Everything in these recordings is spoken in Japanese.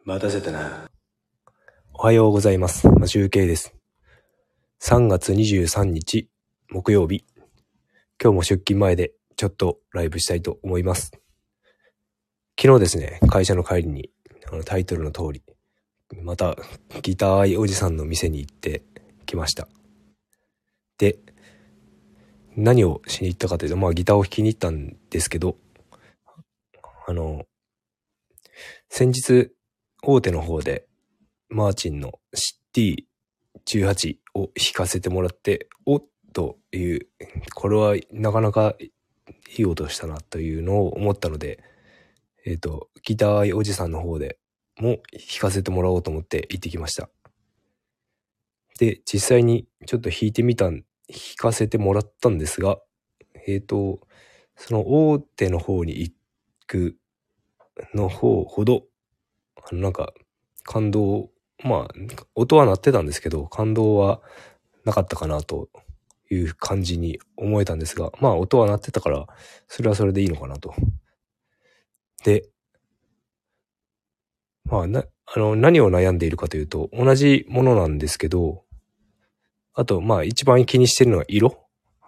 待たせたな。おはようございます。マシュウケイです。3月23日木曜日。今日も出勤前でちょっとライブしたいと思います。昨日ですね、会社の帰りにタイトルの通り、またギター愛おじさんの店に行ってきました。で、何をしに行ったかというと、ギターを弾きに行ったんですけど、先日大手の方でマーチンのシティ18を弾かせてもらって、おっという、これはなかなかいい音したなというのを思ったので、ギター愛おじさんの方でも弾かせてもらおうと思って行ってきました。で、実際にちょっと弾かせてもらったんですが、その大手の方に行くの方ほど、なんか感動、音は鳴ってたんですけど、感動はなかったかなという感じに思えたんですが、音は鳴ってたから、それはそれでいいのかなと。で、何を悩んでいるかというと、同じものなんですけど、あと、一番気にしてるのは色。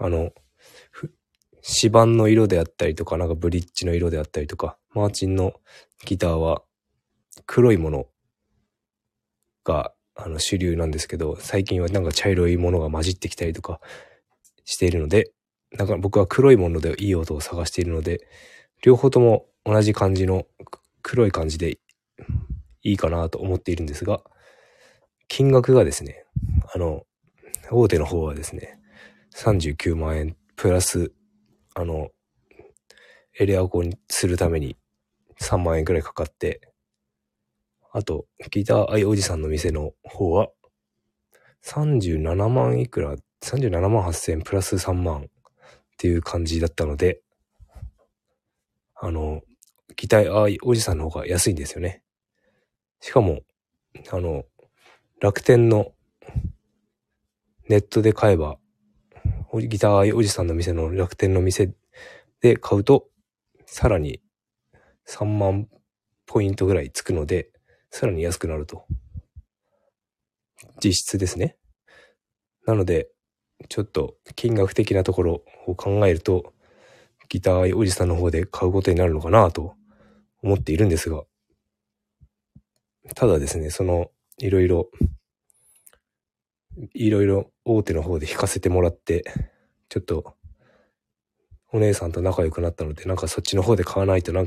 指板の色であったりとか、ブリッジの色であったりとか、マーチンのギターは黒いものが主流なんですけど、最近は茶色いものが混じってきたりとかしているので、僕は黒いものでいい音を探しているので、両方とも同じ感じの黒い感じでいいかなと思っているんですが、金額がですね、大手の方はですね、39万円プラス、エレアコにするために3万円くらいかかって、あと、ギター愛おじさんの店の方は、37万いくら、37万8000円プラス3万っていう感じだったので、ギター愛おじさんの方が安いんですよね。しかも、楽天のネットで買えば、ギター愛おじさんの店の楽天の店で買うと、さらに3万ポイントぐらいつくので、さらに安くなると。実質ですね。なので、ちょっと金額的なところを考えると、ギター愛おじさんの方で買うことになるのかなと思っているんですが、ただですね、いろいろ大手の方で弾かせてもらって、ちょっとお姉さんと仲良くなったので、そっちの方で買わないと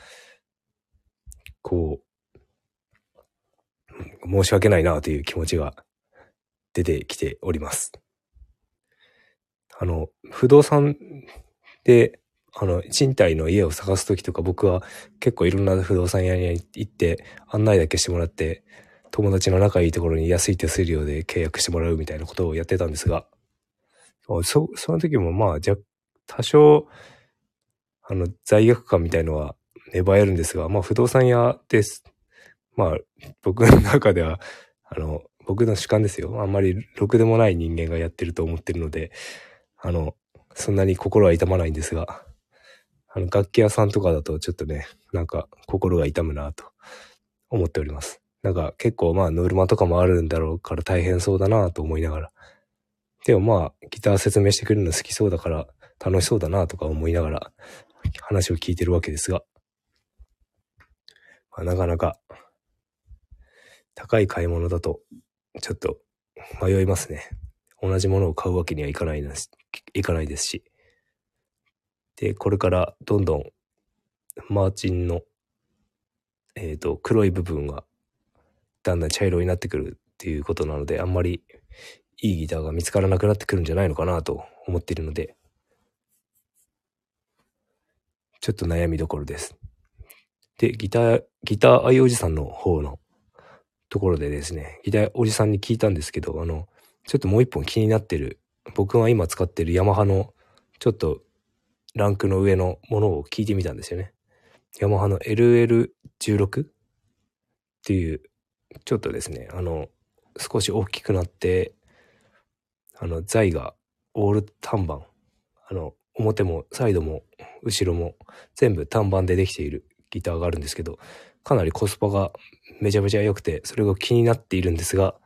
申し訳ないなという気持ちが出てきております。不動産で、賃貸の家を探すときとか、僕は結構いろんな不動産屋に行って案内だけしてもらって、友達の仲いいところに安い手数料で契約してもらうみたいなことをやってたんですが、その時も多少、罪悪感みたいのは芽生えるんですが、不動産屋です。僕の中では、僕の主観ですよ。あんまりろくでもない人間がやってると思ってるので、そんなに心は痛まないんですが、楽器屋さんとかだとちょっとね、心が痛むなと思っております。結構ノルマとかもあるんだろうから大変そうだなと思いながら。でもギター説明してくれるの好きそうだから楽しそうだなとか思いながら話を聞いてるわけですが、なかなか高い買い物だとちょっと迷いますね。同じものを買うわけにはいかないですし。で、これからどんどんマーチンの黒い部分がだんだん茶色になってくるっていうことなので、あんまりいいギターが見つからなくなってくるんじゃないのかなと思っているので、ちょっと悩みどころです。で、ギター愛おじさんの方のところでですね、ギターおじさんに聞いたんですけど、ちょっともう一本気になってる、僕が今使ってるヤマハのちょっとランクの上のものを聞いてみたんですよね。ヤマハの LL16 っていう、ちょっとですね、少し大きくなって、材がオール単板、表もサイドも後ろも全部単板でできているギターがあるんですけど、かなりコスパがめちゃめちゃ良くて、それが気になっているんですが、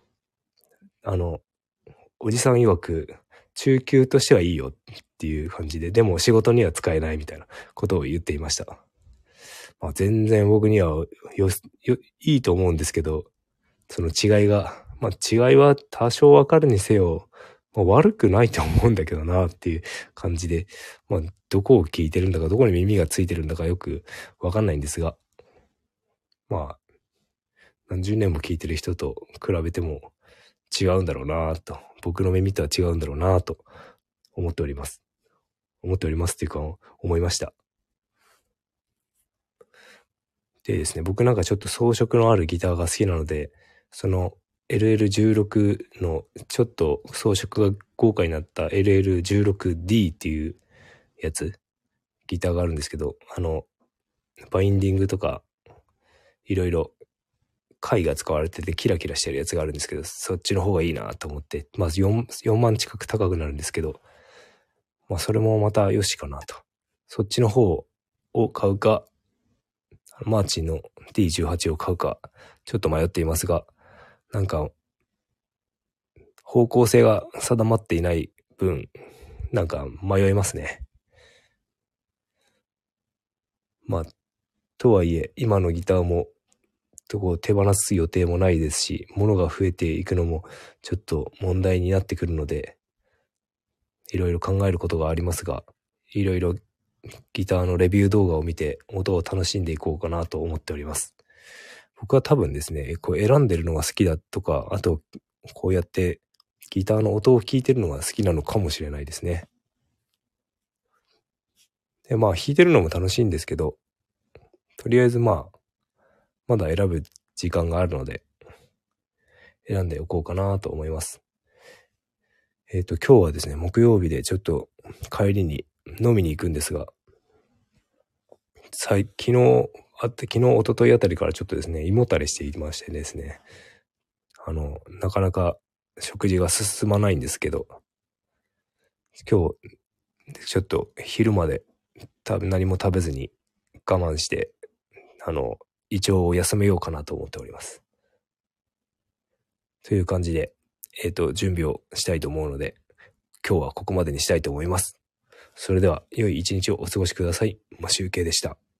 おじさん曰く、中級としてはいいよっていう感じで、でも仕事には使えないみたいなことを言っていました。まあ、全然僕にはいいと思うんですけど、その違いが、まあ違いは多少わかるにせよ、まあ、悪くないと思うんだけどなっていう感じで、まあどこを聞いてるんだか、どこに耳がついてるんだかよくわかんないんですが、まあ何十年も聞いてる人と比べても違うんだろうなと、僕の耳とは違うんだろうなと思っております。思っておりますっていうか思いました。でですね、僕なんかちょっと装飾のあるギターが好きなので、その LL16 のちょっと装飾が豪華になった LL16D っていうやつ、ギターがあるんですけど、バインディングとかいろいろ貝が使われててキラキラしてるやつがあるんですけど、そっちの方がいいなと思って、まず4万近く高くなるんですけど、まあそれもまたよしかなと。そっちの方を買うか、マーチンの D18 を買うか、ちょっと迷っていますが、なんか、方向性が定まっていない分、なんか迷いますね。まあ、とはいえ、今のギターも、手放す予定もないですし、物が増えていくのもちょっと問題になってくるので、いろいろ考えることがありますが、いろいろギターのレビュー動画を見て音を楽しんでいこうかなと思っております。僕は多分ですね、こう選んでるのが好きだとか、あとこうやってギターの音を聴いてるのが好きなのかもしれないですね。で、まあ弾いてるのも楽しいんですけど、とりあえずまだ選ぶ時間があるので、選んでおこうかなと思います。今日はですね、木曜日でちょっと帰りに飲みに行くんですが、昨日、一昨日あたりからちょっとですね、胃もたれしていましてですね、なかなか食事が進まないんですけど、今日、ちょっと昼まで何も食べずに我慢して、胃腸を休めようかなと思っております。という感じで、準備をしたいと思うので、今日はここまでにしたいと思います。それでは、良い一日をお過ごしください。マシュウケイでした。